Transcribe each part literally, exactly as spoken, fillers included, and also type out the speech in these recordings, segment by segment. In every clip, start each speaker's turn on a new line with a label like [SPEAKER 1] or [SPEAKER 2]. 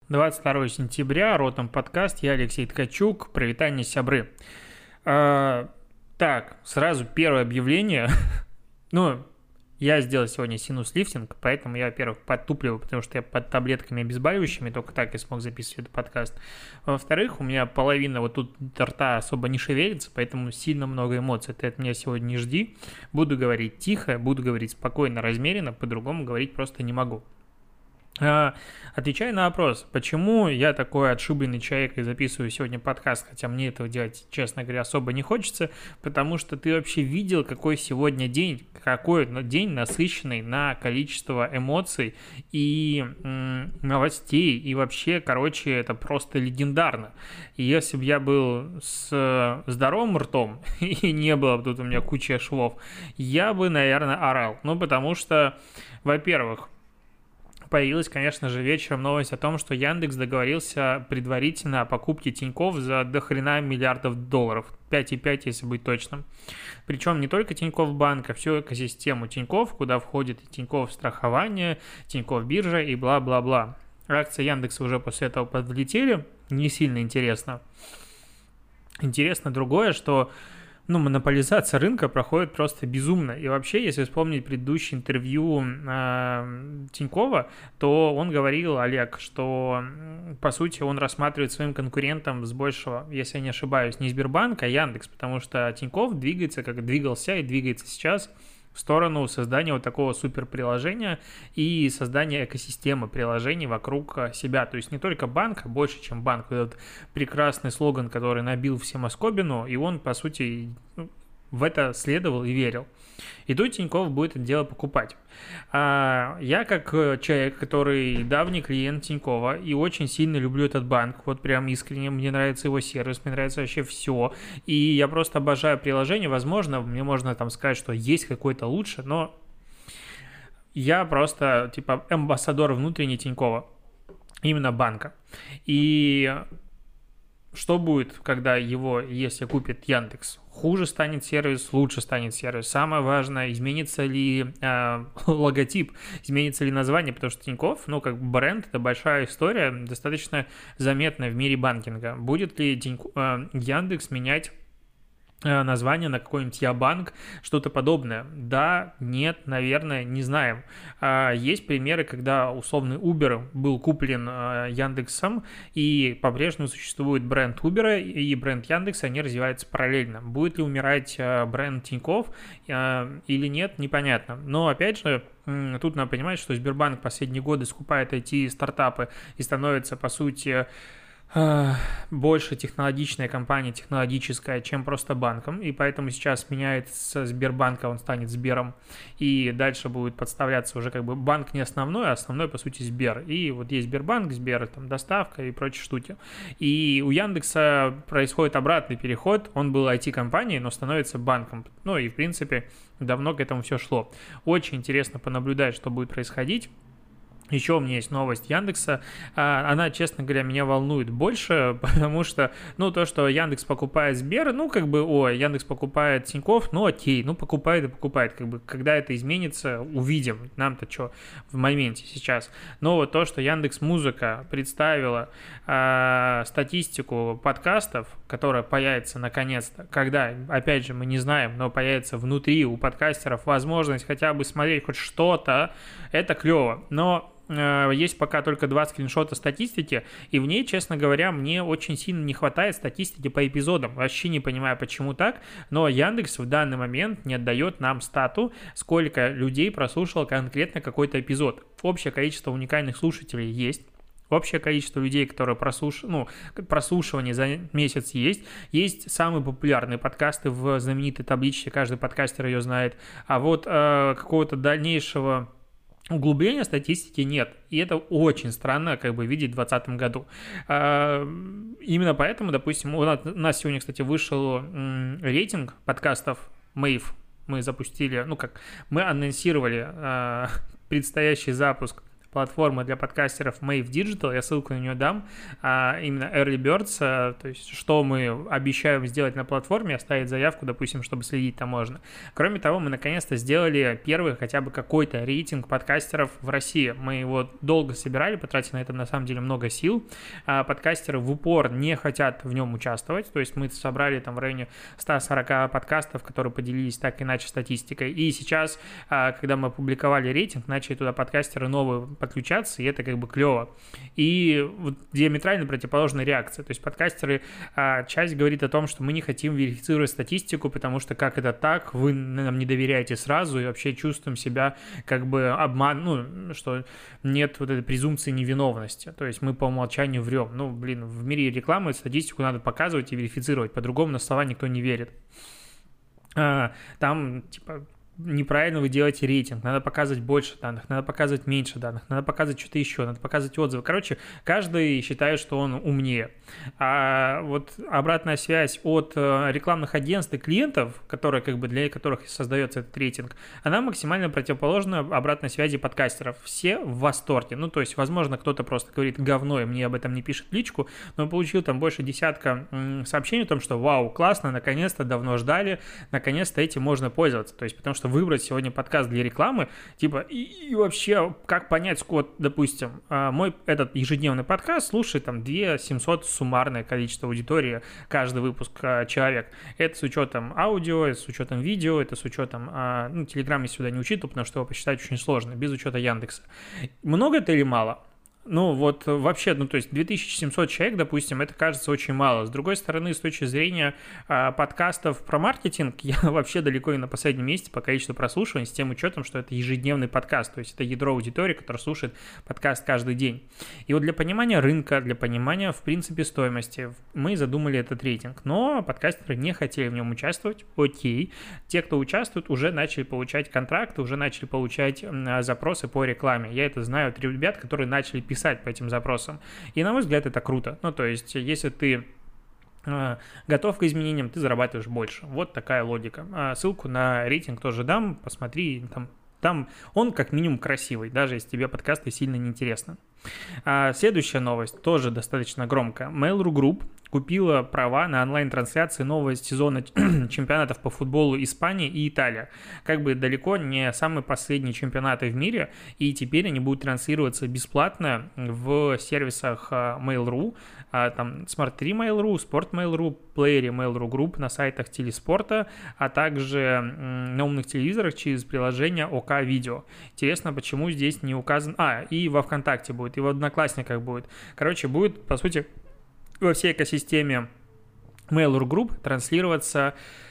[SPEAKER 1] двадцать второго сентября, Ротом подкаст, я Алексей Ткачук, привитание сябры. А, так, сразу первое объявление. Ну, я сделал сегодня синус-лифтинг, поэтому я, во-первых, подтупливаю, потому что я под таблетками обезболивающими, только так я смог записывать этот подкаст. Во-вторых, у меня половина вот тут рта особо не шевелится, поэтому сильно много эмоций. Ты от меня сегодня не жди. Буду говорить тихо, буду говорить спокойно, размеренно, по-другому говорить просто не могу. Отвечая на вопрос, почему я такой отшибленный человек и записываю сегодня подкаст, хотя мне этого делать, честно говоря, особо не хочется, потому что ты вообще видел, какой сегодня день, какой день насыщенный на количество эмоций и м, новостей, и вообще, короче, это просто легендарно. И если бы я был с здоровым ртом и не было бы тут у меня куча швов, я бы, наверное, орал. Ну, потому что, во-первых, появилась, конечно же, вечером новость о том, что Яндекс договорился предварительно о покупке Тинькофф за дохрена миллиардов долларов. пять и пять, если быть точным. Причем не только Тинькофф банк, а всю экосистему Тинькофф, куда входит и Тинькофф страхование, Тинькофф биржа и бла-бла-бла. Акции Яндекса уже после этого подлетели, не сильно интересно. Интересно другое, что ну, монополизация рынка проходит просто безумно. И вообще, если вспомнить предыдущее интервью э, Тинькова, то он говорил, Олег, что, по сути, он рассматривает своим конкурентом с большего, если я не ошибаюсь, не Сбербанк, а Яндекс, потому что Тиньков двигается, как двигался и двигается сейчас, в сторону создания вот такого суперприложения и создания экосистемы приложений вокруг себя. То есть не только банк, а больше, чем банк. Этот прекрасный слоган, который набил всем оскомину, и он, по сути, в это следовал и верил. И тут Тинькофф будет это дело покупать. А я, как человек, который давний клиент Тинькова и очень сильно люблю этот банк, вот прям искренне, мне нравится его сервис, мне нравится вообще все, и я просто обожаю приложение. Возможно, мне можно там сказать, что есть какой-то лучше, но я просто типа амбассадор внутренний Тинькова, именно банка. И что будет, когда его, если купит Яндекс? Хуже станет сервис, лучше станет сервис. Самое важное, изменится ли э, логотип, изменится ли название, потому что Тинькофф, ну, как бренд, это большая история, достаточно заметная в мире банкинга. Будет ли Тинько, э, Яндекс менять название на какой-нибудь Я-банк, что-то подобное? Да, нет, наверное, не знаем. Есть примеры, когда условный Uber был куплен Яндексом, и по-прежнему существует бренд Uber и бренд Яндекса, они развиваются параллельно. Будет ли умирать бренд Тинькофф или нет, непонятно. Но, опять же, тут надо понимать, что Сбербанк последние годы скупает ай ти-стартапы и становится, по сути, больше технологичная компания, технологическая, чем просто банком, и поэтому сейчас меняется Сбербанка, он станет Сбером, и дальше будет подставляться уже как бы банк не основной, а основной, по сути, Сбер. И вот есть Сбербанк, Сбер, там, доставка и прочие штуки. И у Яндекса происходит обратный переход, он был ай ти-компанией, но становится банком. Ну и, в принципе, давно к этому все шло. Очень интересно понаблюдать, что будет происходить. Еще у меня есть новость Яндекса, она, честно говоря, меня волнует больше, потому что, ну, то, что Яндекс покупает Сбер, ну, как бы, о, Яндекс покупает Тинькофф, ну, окей, ну, покупает и покупает, как бы, когда это изменится, увидим, нам-то что в моменте сейчас. Но вот то, что Яндекс.Музыка представила э, статистику подкастов, которая появится наконец-то, когда, опять же, мы не знаем, но появится внутри у подкастеров возможность хотя бы смотреть хоть что-то, это клево, но есть пока только два скриншота статистики, и в ней, честно говоря, мне очень сильно не хватает статистики по эпизодам. Вообще не понимаю, почему так, но Яндекс в данный момент не отдает нам стату, сколько людей прослушало конкретно какой-то эпизод. Общее количество уникальных слушателей есть. Общее количество людей, которые прослуш... ну, прослушивание за месяц есть. Есть самые популярные подкасты в знаменитой табличке, каждый подкастер ее знает. А вот э, какого-то дальнейшего углубления статистики нет, и это очень странно как бы видеть в двадцатом году. Именно поэтому, допустим, у нас сегодня, кстати, вышел рейтинг подкастов Мэйв. Мы запустили, ну как, мы анонсировали предстоящий запуск платформы для подкастеров Mave Digital, я ссылку на нее дам, а, именно Early Birds, а, то есть что мы обещаем сделать на платформе, оставить заявку, допустим, чтобы следить там можно. Кроме того, мы наконец-то сделали первый хотя бы какой-то рейтинг подкастеров в России. Мы его долго собирали, потратили на это на самом деле много сил. А, подкастеры в упор не хотят в нем участвовать, то есть мы собрали там в районе ста сорока подкастов, которые поделились так иначе статистикой, и сейчас, а, когда мы опубликовали рейтинг, начали туда подкастеры новые подключаться, и это как бы клево. И вот диаметрально противоположная реакция, то есть подкастеры, а, часть говорит о том, что мы не хотим верифицировать статистику, потому что как это так, вы нам не доверяете сразу и вообще чувствуем себя как бы обман, ну, что нет вот этой презумпции невиновности, то есть мы по умолчанию врем. Ну, блин, в мире рекламы статистику надо показывать и верифицировать, по-другому на слова никто не верит. А, там, типа, неправильно вы делаете рейтинг, надо показывать больше данных, надо показывать меньше данных, надо показывать что-то еще, надо показывать отзывы. Короче, каждый считает, что он умнее. А вот обратная связь от рекламных агентств и клиентов, которые, как бы, для которых создается этот рейтинг, она максимально противоположна обратной связи подкастеров. Все в восторге. Ну, то есть, возможно, кто-то просто говорит говно, и мне об этом не пишет в личку, но получил там больше десятка сообщений о том, что вау, классно, наконец-то, давно ждали, наконец-то этим можно пользоваться. То есть, потому что выбрать сегодня подкаст для рекламы, типа, и, и вообще, как понять, сколько, допустим, мой этот ежедневный подкаст слушает там две тысячи семьсот суммарное количество аудитории, каждый выпуск человек. Это с учетом аудио, это с учетом видео, это с учетом, ну, Telegram я сюда не учитываю, потому что его посчитать очень сложно, без учета Яндекса. Много это или мало? Ну, вот вообще, ну, то есть две тысячи семьсот человек, допустим, это кажется очень мало. С другой стороны, с точки зрения а, подкастов про маркетинг, я вообще далеко не на последнем месте по количеству прослушиваний, с тем учетом, что это ежедневный подкаст, то есть это ядро аудитории, которое слушает подкаст каждый день. И вот для понимания рынка, для понимания, в принципе, стоимости, мы задумали этот рейтинг, но подкастеры не хотели в нем участвовать, окей. Те, кто участвует, уже начали получать контракты, уже начали получать а, запросы по рекламе. Я это знаю от ребят, которые начали писать писать по этим запросам. И, на мой взгляд, это круто. Ну, то есть, если ты э, готов к изменениям, ты зарабатываешь больше. Вот такая логика. А ссылку на рейтинг тоже дам, посмотри, там, там он как минимум красивый, даже если тебе подкасты сильно неинтересны. А следующая новость, тоже достаточно громкая. Mail.ru Group купила права на онлайн-трансляции нового сезона чемпионатов по футболу Испании и Италия. Как бы далеко не самые последние чемпионаты в мире, и теперь они будут транслироваться бесплатно в сервисах Mail.ru, там Smart три Mail.ru, Sport Mail.ru, плеере Mail.ru Group, на сайтах телеспорта, а также на умных телевизорах через приложение ОК Видео. Интересно, почему здесь не указан... А, и во ВКонтакте будет, и в Одноклассниках будет. Короче, будет, по сути, во всей экосистеме Mail.ru Group транслироваться,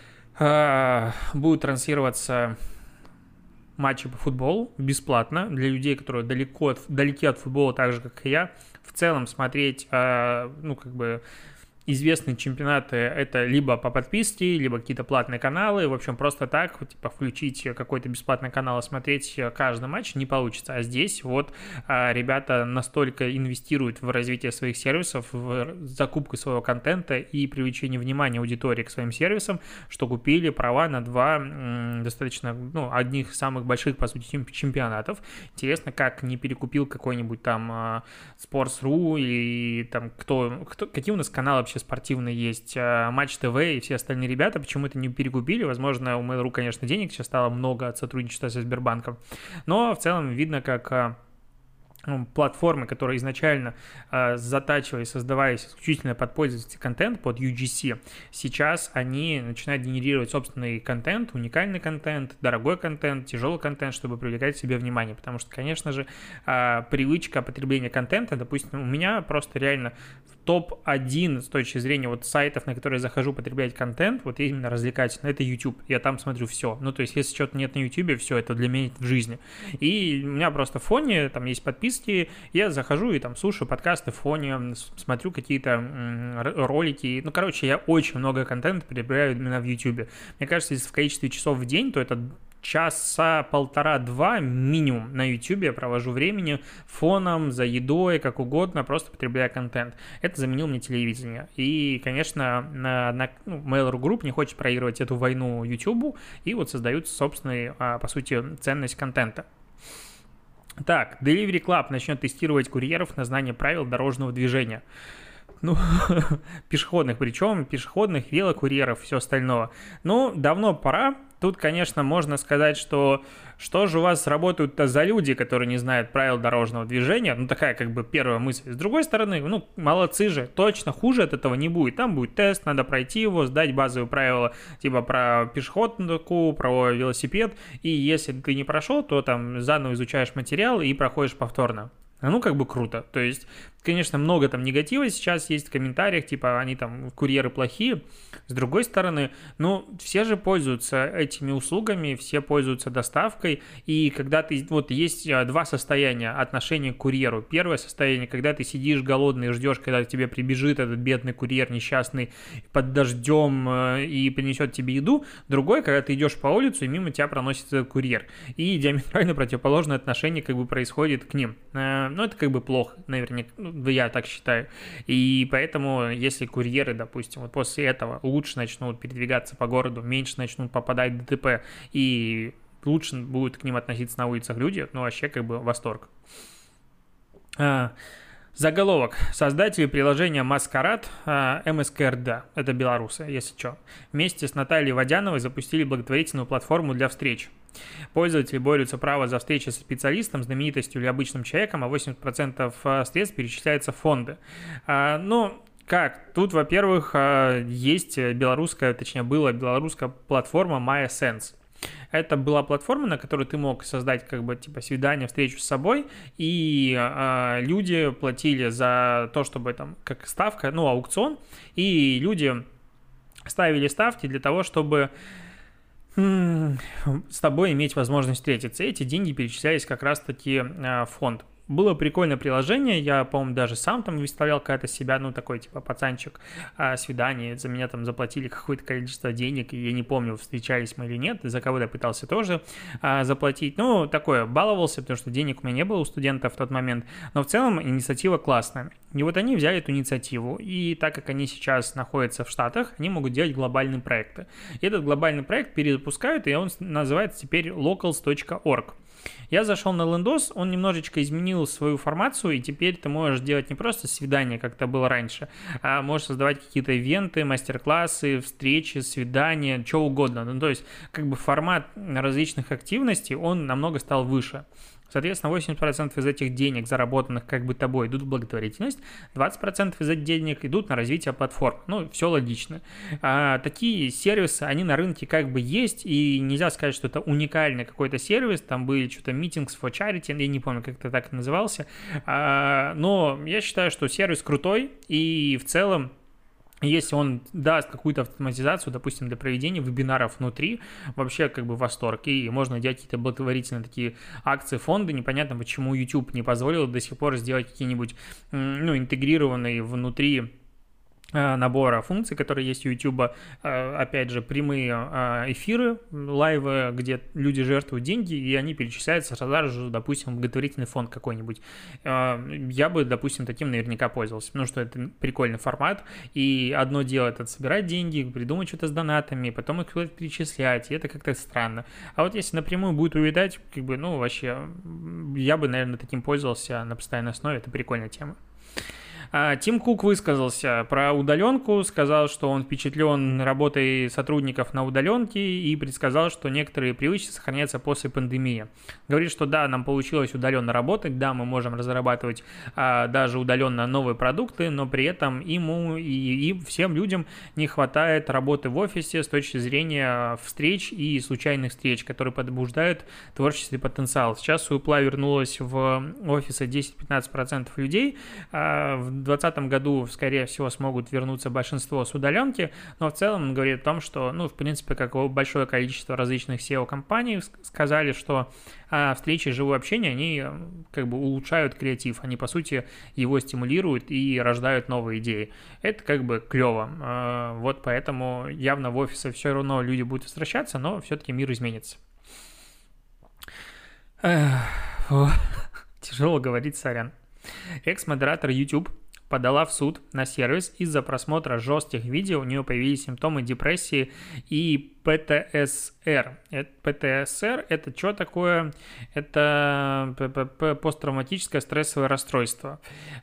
[SPEAKER 1] э, будут транслироваться матчи по футболу бесплатно для людей, которые далеко от, далеки от футбола, так же, как и я. В целом смотреть, э, ну, как бы... Известные чемпионаты — это либо по подписке, либо какие-то платные каналы. В общем, просто так, типа, включить какой-то бесплатный канал и смотреть каждый матч не получится. А здесь вот а, ребята настолько инвестируют в развитие своих сервисов, в закупку своего контента и привлечение внимания аудитории к своим сервисам, что купили права на два м, достаточно, ну, одних из самых больших, по сути, чемпионатов. Интересно, как не перекупил какой-нибудь там а, Sports.ru или там кто, кто, какие у нас каналы вообще спортивные есть, Матч ТВ и все остальные ребята почему-то не перекупили. Возможно, у Mail.ru, конечно, денег сейчас стало много от сотрудничества со Сбербанком, но в целом видно, как платформы, которые изначально э, затачивались, создавались исключительно под пользовательский контент, под ю джи си, сейчас они начинают генерировать собственный контент, уникальный контент, дорогой контент, тяжелый контент, чтобы привлекать к себе внимание, потому что, конечно же, э, привычка потребления контента, допустим, у меня просто реально топ один с точки зрения вот сайтов, на которые я захожу потреблять контент, вот именно развлекательно, это YouTube. Я там смотрю все. Ну, то есть, если что-то нет на YouTube, все, это для меня в жизни. И у меня просто в фоне, там есть подписки, я захожу и там слушаю подкасты в фоне, смотрю какие-то м- ролики. Ну, короче, я очень много контента потребляю именно в YouTube. Мне кажется, если в количестве часов в день, то это часа полтора-два минимум на YouTube я провожу времени фоном, за едой, как угодно, просто потребляя контент. Это заменил мне телевидение. И, конечно, на, на, ну, Mail.ru Group не хочет проигрывать эту войну YouTube, и вот создают собственную, по сути, ценность контента. Так, Delivery Club начнет тестировать курьеров на знание правил дорожного движения. Ну, пешеходных, причем пешеходных, велокурьеров, все остальное. Ну, давно пора. Тут, конечно, можно сказать, что что же у вас работают-то за люди, которые не знают правил дорожного движения? Ну, такая как бы первая мысль. С другой стороны, ну, молодцы же, точно хуже от этого не будет. Там будет тест, надо пройти его, сдать базовые правила, типа про пешеходку, про велосипед. И если ты не прошел, то там заново изучаешь материал и проходишь повторно. Ну, как бы круто. То есть, конечно, много там негатива сейчас есть в комментариях, типа, они там, курьеры плохие. С другой стороны, ну, все же пользуются этими услугами, все пользуются доставкой. И когда ты, вот есть два состояния отношения к курьеру. Первое состояние, когда ты сидишь голодный и ждешь, когда к тебе прибежит этот бедный курьер несчастный под дождем и принесет тебе еду. Другое, когда ты идешь по улице и мимо тебя проносится этот курьер. И диаметрально противоположное отношение как бы происходит к ним. Ну, это как бы плохо, наверняка, ну, я так считаю. И поэтому, если курьеры, допустим, вот после этого лучше начнут передвигаться по городу, меньше начнут попадать в ДТП, и лучше будут к ним относиться на улицах люди, ну, вообще, как бы, восторг. А, заголовок. Создатели приложения «Маскарад», а, эм эс ка эр дэ, это белорусы, если что, вместе с Натальей Водяновой запустили благотворительную платформу для встреч. Пользователи борются право за встречи со специалистом, знаменитостью или обычным человеком, а восемьдесят процентов средств перечисляется в фонды. А, ну, как? Тут, во-первых, есть белорусская, точнее, была белорусская платформа MySense. Это была платформа, на которой ты мог создать как бы типа свидание, встречу с собой, и э, люди платили за то, чтобы там как ставка, ну, аукцион, и люди ставили ставки для того, чтобы с тобой иметь возможность встретиться. Эти деньги перечислялись как раз-таки в фонд. Было прикольное приложение, я, по-моему, даже сам там выставлял когда-то себя, ну, такой, типа, пацанчик, а, свидание, за меня там заплатили какое-то количество денег, и я не помню, встречались мы или нет, за кого-то пытался тоже а, заплатить, ну, такое, баловался, потому что денег у меня не было у студентов в тот момент, но в целом инициатива классная. И вот они взяли эту инициативу, и так как они сейчас находятся в Штатах, они могут делать глобальные проекты. И этот глобальный проект перезапускают, и он называется теперь locals точка орг. Я зашел на Лендос, он немножечко изменил свою формацию, и теперь ты можешь делать не просто свидания, как это было раньше, а можешь создавать какие-то ивенты, мастер-классы, встречи, свидания, что угодно. Ну, то есть, как бы формат различных активностей, он намного стал выше. Соответственно, восемьдесят процентов из этих денег, заработанных как бы тобой, идут в благотворительность, двадцать процентов из этих денег идут на развитие платформ. Ну, все логично. А, такие сервисы, они на рынке как бы есть, и нельзя сказать, что это уникальный какой-то сервис. Там были что-то Meetings for Charity, я не помню, как это так назывался. А, но я считаю, что сервис крутой, и в целом, если он даст какую-то автоматизацию, допустим, для проведения вебинаров внутри, вообще как бы восторг. И можно делать какие-то благотворительные такие акции, фонды. Непонятно, почему YouTube не позволил до сих пор сделать какие-нибудь, ну, интегрированные внутри набора функций, которые есть у YouTube, опять же, прямые эфиры, лайвы, где люди жертвуют деньги, и они перечисляются сразу же, допустим, в благотворительный фонд какой-нибудь. Я бы, допустим, таким наверняка пользовался, потому что это прикольный формат, и одно дело это собирать деньги, придумать что-то с донатами, потом их куда-то перечислять, и это как-то странно. А вот если напрямую будет увидать, как бы, ну, вообще, я бы, наверное, таким пользовался на постоянной основе, это прикольная тема. Тим Кук высказался про удаленку, сказал, что он впечатлен работой сотрудников на удаленке и предсказал, что некоторые привычки сохранятся после пандемии. Говорит, что да, нам получилось удаленно работать, да, мы можем разрабатывать а, даже удаленно новые продукты, но при этом ему и, и всем людям не хватает работы в офисе с точки зрения встреч и случайных встреч, которые побуждают творческий потенциал. Сейчас у Уипла вернулось в офисы десять-пятнадцать процентов людей, а в В двадцать двадцатом году, скорее всего, смогут вернуться большинство с удаленки, но в целом он говорит о том, что, ну, в принципе, как большое количество различных сео-компаний сказали, что а, встречи, живое общение, они как бы улучшают креатив, они, по сути, его стимулируют и рождают новые идеи. Это как бы клево. А, вот поэтому явно в офисы все равно люди будут возвращаться, но все-таки мир изменится. Эх, тяжело говорить, сорян. Экс-модератор YouTube подала в суд на сервис из-за просмотра жестких видео. У нее появились симптомы депрессии и пэ тэ эс эр. пэ тэ эс эр – это что такое? Это посттравматическое стрессовое расстройство.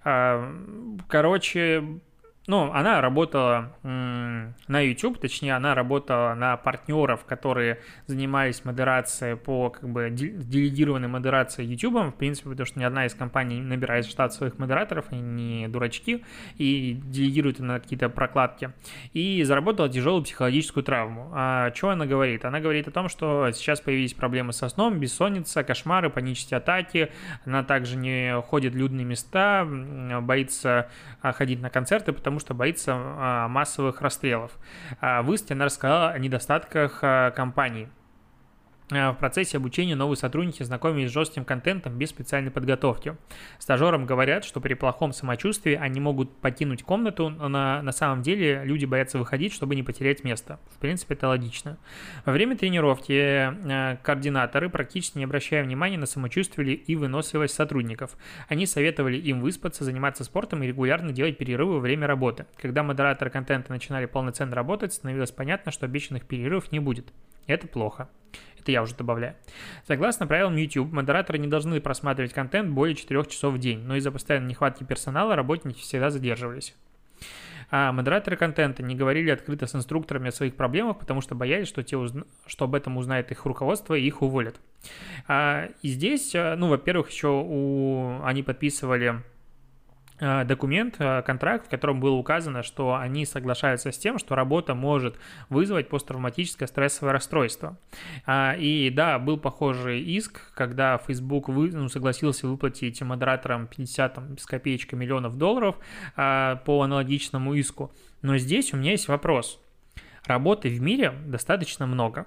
[SPEAKER 1] Короче, ну, она работала м, на YouTube, точнее, она работала на партнеров, которые занимались модерацией по, как бы, делегированной модерацией YouTube, в принципе, потому что ни одна из компаний не набирает штат своих модераторов, они не дурачки, и делегируют на какие-то прокладки. И заработала тяжелую психологическую травму. А что она говорит? Она говорит о том, что сейчас появились проблемы со сном, бессонница, кошмары, панические атаки. Она также не ходит в людные места, боится ходить на концерты, потому потому что боится а, массовых расстрелов. А, в Инсте она рассказала о недостатках а, компании. В процессе обучения новые сотрудники знакомились с жестким контентом без специальной подготовки. Стажерам говорят, что при плохом самочувствии они могут покинуть комнату, но на, на самом деле люди боятся выходить, чтобы не потерять место. В принципе, это логично. Во время тренировки э, координаторы, практически не обращая внимания на самочувствие и выносливость сотрудников, они советовали им выспаться, заниматься спортом и регулярно делать перерывы во время работы. Когда модераторы контента начинали полноценно работать, становилось понятно, что обещанных перерывов не будет. Это плохо. Это я уже добавляю. Согласно правилам YouTube, модераторы не должны просматривать контент более четырех часов в день, но из-за постоянной нехватки персонала работники всегда задерживались. А модераторы контента не говорили открыто с инструкторами о своих проблемах, потому что боялись, что, те узна... что об этом узнает их руководство и их уволят. А, и здесь, ну, во-первых, еще у... они подписывали документ, контракт, в котором было указано, что они соглашаются с тем, что работа может вызвать посттравматическое стрессовое расстройство. И да, был похожий иск, когда Facebook вы, ну, согласился выплатить модераторам пятьдесят там, с копеечкой миллионов долларов по аналогичному иску. Но здесь у меня есть вопрос. Работы в мире достаточно много.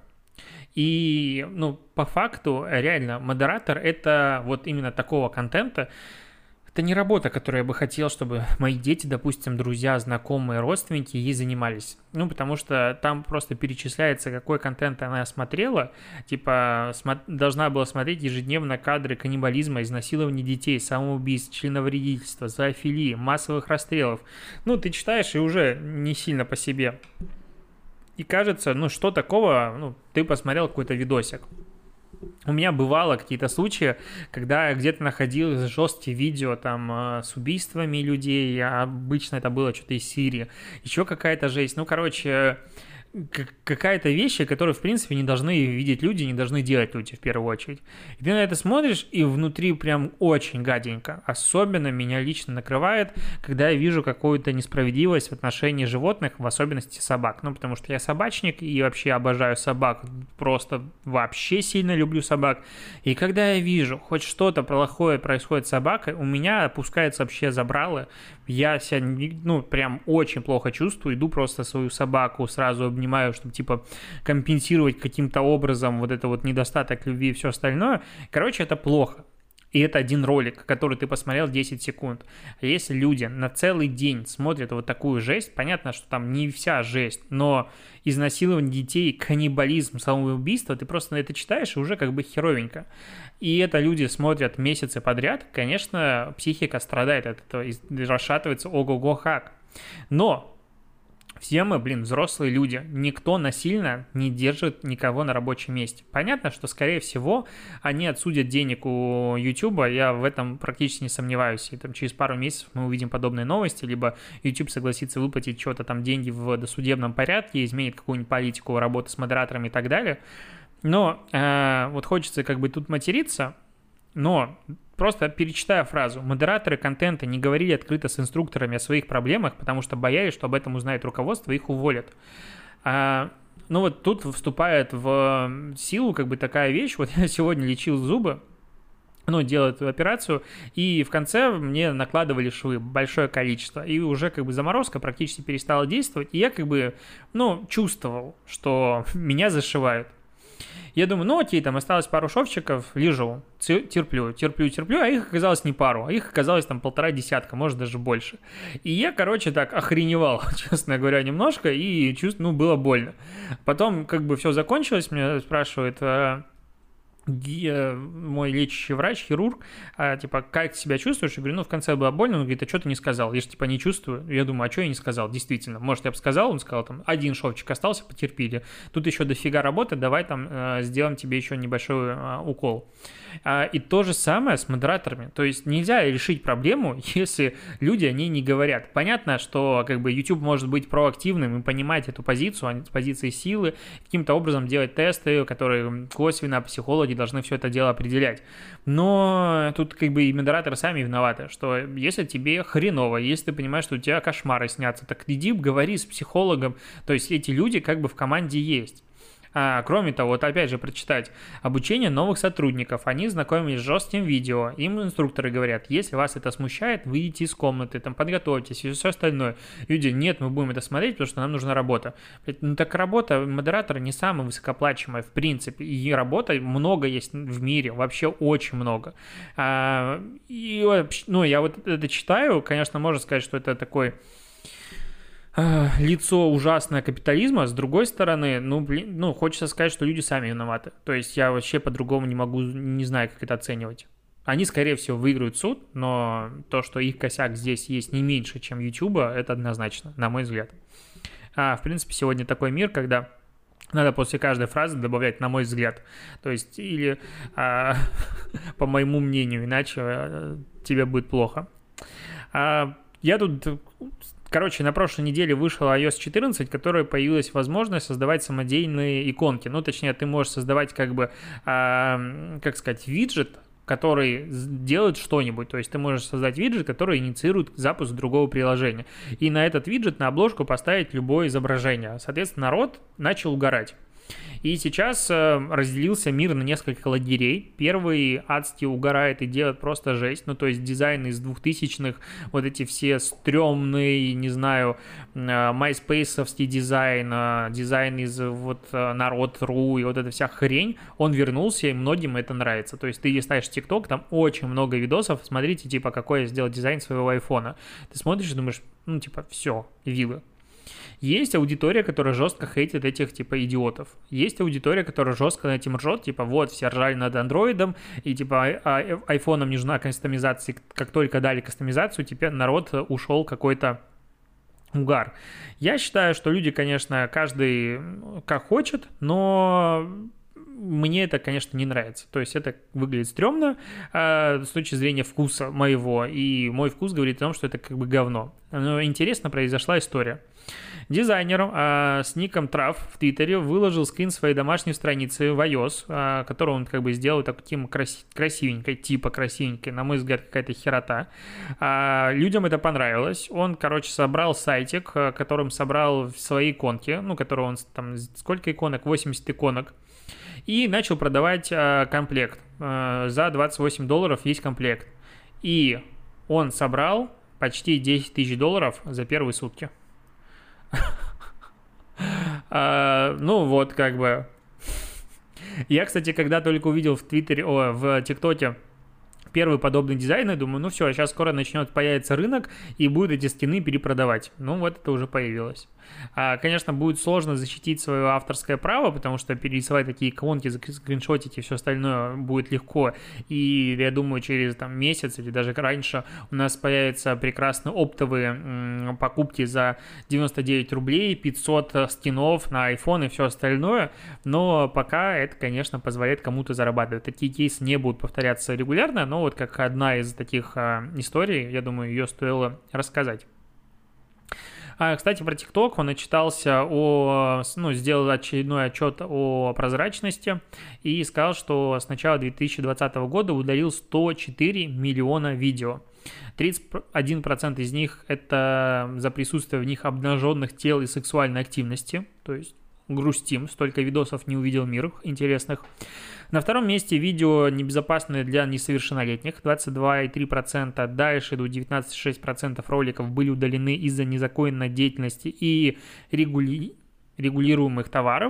[SPEAKER 1] И, ну, по факту, реально, модератор – это вот именно такого контента. Это не работа, которую я бы хотел, чтобы мои дети, допустим, друзья, знакомые, родственники ей занимались. Ну, потому что там просто перечисляется, какой контент она смотрела. Типа, смо- должна была смотреть ежедневно кадры каннибализма, изнасилования детей, самоубийств, членовредительства, зоофилии, массовых расстрелов. Ну, ты читаешь и уже не сильно по себе. И кажется, ну, что такого, ну, ты посмотрел какой-то видосик. У меня бывало какие-то случаи, когда я где-то находил жесткие видео там с убийствами людей, обычно это было что-то из Сирии, еще какая-то жесть, ну, короче, какая-то вещь, которую, в принципе, не должны видеть люди, не должны делать люди в первую очередь. И ты на это смотришь, и внутри прям очень гаденько. Особенно меня лично накрывает, когда я вижу какую-то несправедливость в отношении животных, в особенности собак. Ну, потому что я собачник и вообще обожаю собак, просто вообще сильно люблю собак. И когда я вижу, хоть что-то плохое происходит с собакой, у меня опускаются вообще забралы, я себя, ну, прям очень плохо чувствую, иду просто свою собаку сразу обнимаю, чтобы, типа, компенсировать каким-то образом вот это вот недостаток любви и все остальное. Короче, это плохо. И это один ролик, который ты посмотрел десять секунд. А если люди на целый день смотрят вот такую жесть, понятно, что там не вся жесть, но изнасилование детей, каннибализм, самоубийство, ты просто на это читаешь и уже как бы херовенько. И это люди смотрят месяцы подряд, конечно, психика страдает от этого и расшатывается ого-го как. Но все мы, блин, взрослые люди. Никто насильно не держит никого на рабочем месте. Понятно, что, скорее всего, они отсудят денег у YouTube. Я в этом практически не сомневаюсь. И там через пару месяцев мы увидим подобные новости. Либо YouTube согласится выплатить что-то там деньги в досудебном порядке, изменит какую-нибудь политику работы с модераторами и так далее. Но э, вот хочется как бы тут материться, но просто перечитая фразу. Модераторы контента не говорили открыто с инструкторами о своих проблемах, потому что боялись, что об этом узнает руководство и их уволят. А, ну вот тут вступает в силу как бы такая вещь. Вот я сегодня лечил зубы, ну, делал эту операцию, и в конце мне накладывали швы, большое количество, и уже как бы заморозка практически перестала действовать, и я как бы, ну, чувствовал, что меня зашивают. Я думаю, ну окей, там осталось пару шовчиков, лежу, терплю, терплю, терплю, а их оказалось не пару, а их оказалось там полтора десятка, может даже больше. И я, короче, так охреневал, честно говоря, немножко, и чувств, ну, было больно. Потом как бы все закончилось, меня спрашивают, мой лечащий врач, хирург, а, типа, как себя чувствуешь? Я говорю, ну, в конце было больно. Он говорит, а что ты не сказал? Я же, типа, не чувствую. Я думаю, а что я не сказал? Действительно, может, я бы сказал, он сказал, там, один шовчик остался, потерпели. Тут еще дофига работы, давай там э, сделаем тебе еще небольшой э, укол. А, и то же самое с модераторами. То есть нельзя решить проблему, если люди о ней не говорят. Понятно, что, как бы, YouTube может быть проактивным и понимать эту позицию, с позиции силы, каким-то образом делать тесты, которые косвенно психологи должны все это дело определять. Но тут как бы и модераторы сами виноваты, что если тебе хреново, если ты понимаешь, что у тебя кошмары снятся, так иди говори с психологом. То есть эти люди как бы в команде есть. А, кроме того, вот опять же прочитать обучение новых сотрудников. Они знакомились с жестким видео. Им инструкторы говорят, если вас это смущает, выйдите из комнаты, там подготовьтесь и все остальное. Люди, нет, мы будем это смотреть, потому что нам нужна работа. Ну так работа модератора не самая высокооплачиваемая в принципе. И работа много есть в мире, вообще очень много. А, и, ну, я вот это читаю, конечно, можно сказать, что это такой... лицо ужасное капитализма, с другой стороны, ну, блин, ну, хочется сказать, что люди сами виноваты. То есть я вообще по-другому не могу, не знаю, как это оценивать. Они, скорее всего, выиграют суд, но то, что их косяк здесь есть не меньше, чем Ютуба, это однозначно, на мой взгляд. А, в принципе, сегодня такой мир, когда надо после каждой фразы добавлять «на мой взгляд». То есть, или а, по моему мнению, иначе а, тебе будет плохо. А, я тут... Короче, на прошлой неделе вышел ай о эс четырнадцать, в которой появилась возможность создавать самодельные иконки. Ну, точнее, ты можешь создавать как бы, э, как сказать, виджет, который делает что-нибудь. То есть ты можешь создать виджет, который инициирует запуск другого приложения. И на этот виджет, на обложку поставить любое изображение. Соответственно, народ начал угорать. И сейчас э, разделился мир на несколько лагерей. Первый адски угорает и делает просто жесть. Ну, то есть дизайн из двухтысячных, вот эти все стрёмные, не знаю, э, MySpace-овский дизайн, э, дизайн из вот э, Народ.ру и вот эта вся хрень, он вернулся, и многим это нравится. То есть ты листаешь TikTok, там очень много видосов, смотрите, типа, какой я сделал дизайн своего айфона. Ты смотришь и думаешь, ну, типа, все, вилы. Есть аудитория, которая жестко хейтит этих, типа, идиотов. Есть аудитория, которая жестко на этим ржет, типа, вот, все ржали над андроидом, и, типа, а- айфонам не нужна кастомизация. Как только дали кастомизацию, теперь народ ушел какой-то угар. Я считаю, что люди, конечно, каждый как хочет, но... Мне это, конечно, не нравится. То есть это выглядит стрёмно э, с точки зрения вкуса моего. И мой вкус говорит о том, что это как бы говно. Но интересно произошла история. Дизайнер э, с ником Трав в Твиттере выложил скрин своей домашней страницы в iOS, э, которую он как бы сделал таким краси- красивенькой, типа красивенькой, на мой взгляд, какая-то херота. Э, людям это понравилось. Он, короче, собрал сайтик, э, которым собрал свои иконки, ну, который он там, сколько иконок? восемьдесят иконок. И начал продавать э, комплект. Э, за двадцать восемь долларов есть комплект. И он собрал почти десять тысяч долларов за первые сутки. Ну вот, как бы. Я, кстати, когда только увидел в Твиттере, о, в ТикТоке первый подобный дизайн, я думаю, ну все, сейчас скоро начнет появиться рынок и будут эти скины перепродавать. Ну вот это уже появилось. А, конечно, будет сложно защитить свое авторское право, потому что перерисовать такие иконки, скриншотить и все остальное будет легко. И я думаю, через там, месяц или даже раньше у нас появятся прекрасные оптовые м, покупки за девяносто девять рублей, пятьсот скинов на iPhone и все остальное. Но пока это, конечно, позволяет кому-то зарабатывать. Такие кейсы не будут повторяться регулярно, но вот как одна из таких а, историй, я думаю, ее стоило рассказать. А, кстати, про TikTok он отчитался о, ну, сделал очередной отчет о прозрачности и сказал, что с начала две тысячи двадцатого года удалил сто четыре миллиона видео. тридцать один процент из них это за присутствие в них обнаженных тел и сексуальной активности, то есть грустим, столько видосов не увидел мир интересных. На втором месте видео небезопасные для несовершеннолетних, двадцать два и три десятых процента. Дальше идут девятнадцать и шесть десятых процента роликов были удалены из-за незаконной деятельности и регули... регулируемых товаров.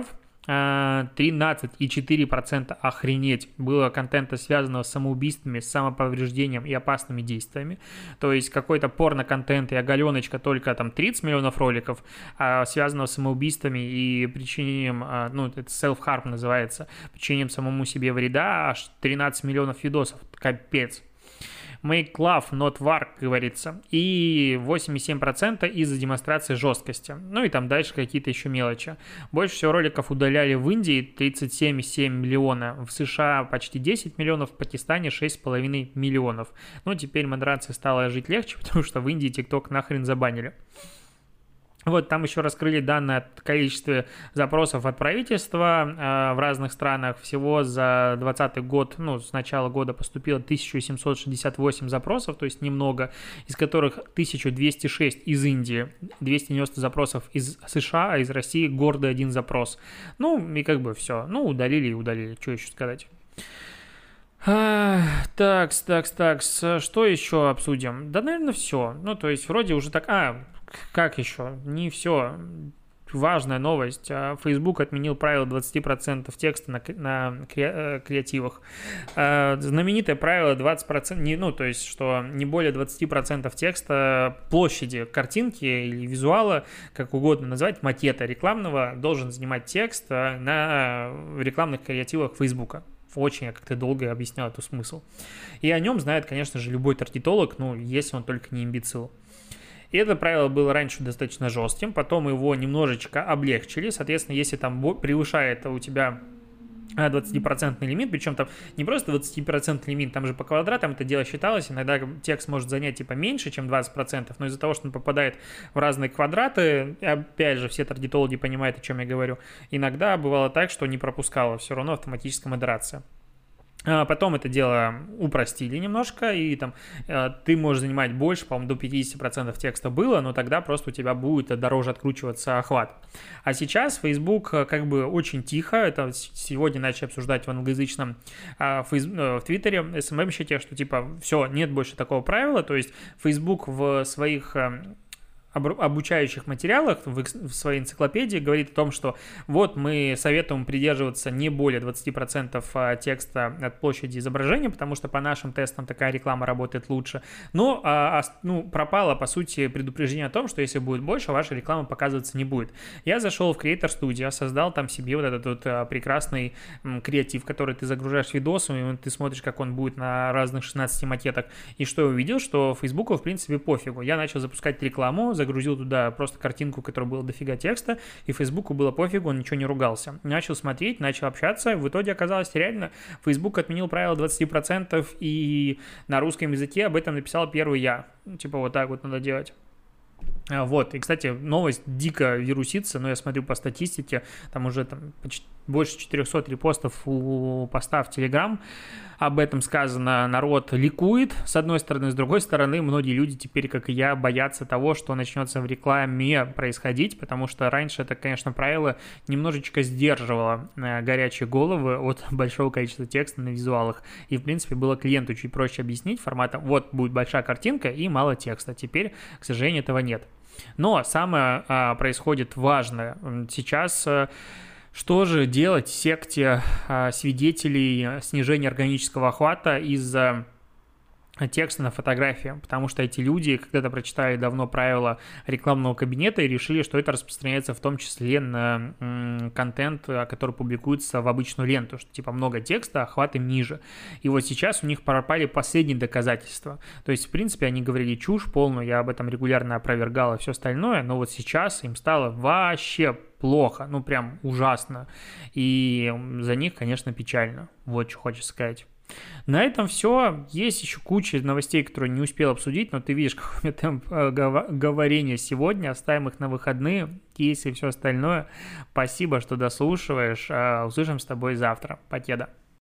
[SPEAKER 1] тринадцать целых четыре десятых процента охренеть было контента, связанного с самоубийствами, с самоповреждением и опасными действиями. То есть какой-то порно-контент и оголеночка только там тридцать миллионов роликов, а связанного с самоубийствами и причинением, ну, это self-harm называется, причинением самому себе вреда, аж тринадцать миллионов видосов. Капец. Make love, not war, как говорится. И восемьдесят семь процентов из-за демонстрации жесткости. Ну и там дальше какие-то еще мелочи. Больше всего роликов удаляли в Индии, тридцать семь целых семь десятых миллиона. В США почти десять миллионов, в Пакистане шесть целых пять десятых миллионов. Ну теперь модерации стало жить легче, потому что в Индии TikTok нахрен забанили. Вот там еще раскрыли данные о количестве запросов от правительства э, в разных странах. Всего за двадцатый год, ну, с начала года поступило тысяча семьсот шестьдесят восемь запросов, то есть немного, из которых тысяча двести шесть из Индии, двести девяносто запросов из США, а из России гордый один запрос. Ну, и как бы все. Ну, удалили и удалили. Что еще сказать? Такс, такс, такс. Что еще обсудим? Да, наверное, все. Ну, то есть, вроде уже так... А, как еще? Не все. Важная новость. Facebook отменил правило двадцать процентов текста на, на креативах. Знаменитое правило двадцать процентов, не, ну, то есть, что не более двадцать процентов текста площади картинки или визуала, как угодно назвать, макета рекламного, должен занимать текст на рекламных креативах Facebook. Очень я как-то долго объяснял эту смысл. И о нем знает, конечно же, любой таргетолог, ну, если он только не имбецил. И это правило было раньше достаточно жестким, потом его немножечко облегчили. Соответственно, если там превышает у тебя двадцатипроцентный лимит, причем там не просто двадцатипроцентный лимит, там же по квадратам это дело считалось, иногда текст может занять типа меньше, чем двадцать процентов, но из-за того, что он попадает в разные квадраты, опять же, все таргетологи понимают, о чем я говорю, иногда бывало так, что не пропускала все равно автоматическая модерация. Потом это дело упростили немножко, и там ты можешь занимать больше, по-моему, до пятьдесят процентов текста было, но тогда просто у тебя будет дороже откручиваться охват. А сейчас Facebook как бы очень тихо, это сегодня начали обсуждать в англоязычном в Твиттере, эс эм эм-щите, что типа все, нет больше такого правила, то есть Facebook в своих обучающих материалах в, в своей энциклопедии говорит о том, что вот мы советуем придерживаться не более двадцати процентов текста от площади изображения, потому что по нашим тестам такая реклама работает лучше. Но а, ну, пропало, по сути, предупреждение о том, что если будет больше, ваша реклама показываться не будет. Я зашел в Creator Studio, создал там себе вот этот вот а, прекрасный м, креатив, который ты загружаешь видосом, и ты смотришь, как он будет на разных шестнадцати макетах. И что я увидел, что Фейсбуку, в принципе, пофигу. Я начал запускать рекламу, загрузил туда просто картинку, в которой было дофига текста, и Фейсбуку было пофигу, он ничего не ругался. Начал смотреть, начал общаться, в итоге оказалось реально, Facebook отменил правило двадцать процентов, и на русском языке об этом написал первый я. Типа вот так вот надо делать. Вот, и, кстати, новость дико вирусится, но я смотрю по статистике, там уже там, почти больше четырехсот репостов у поста в Telegram, об этом сказано, народ ликует, с одной стороны, с другой стороны, многие люди теперь, как и я, боятся того, что начнется в рекламе происходить, потому что раньше это, конечно, правило немножечко сдерживало горячие головы от большого количества текста на визуалах, и, в принципе, было клиенту чуть проще объяснить форматом, вот будет большая картинка и мало текста, теперь, к сожалению, этого нет. Но самое а, происходит важное. Сейчас а, что же делать секте а, свидетелей снижения органического охвата из-за текста на фотографии, потому что эти люди когда-то прочитали давно правила рекламного кабинета и решили, что это распространяется в том числе на м, контент, который публикуется в обычную ленту, что типа много текста, охваты ниже. И вот сейчас у них пропали последние доказательства. То есть, в принципе, они говорили чушь полную, я об этом регулярно опровергал и все остальное, но вот сейчас им стало вообще плохо, ну прям ужасно. И за них, конечно, печально. Вот что хочется сказать. На этом все. Есть еще куча новостей, которые не успел обсудить, но ты видишь, какой у меня темп говорения сегодня. Оставим их на выходные, кейсы и все остальное. Спасибо, что дослушиваешь. Услышим с тобой завтра. Покеда.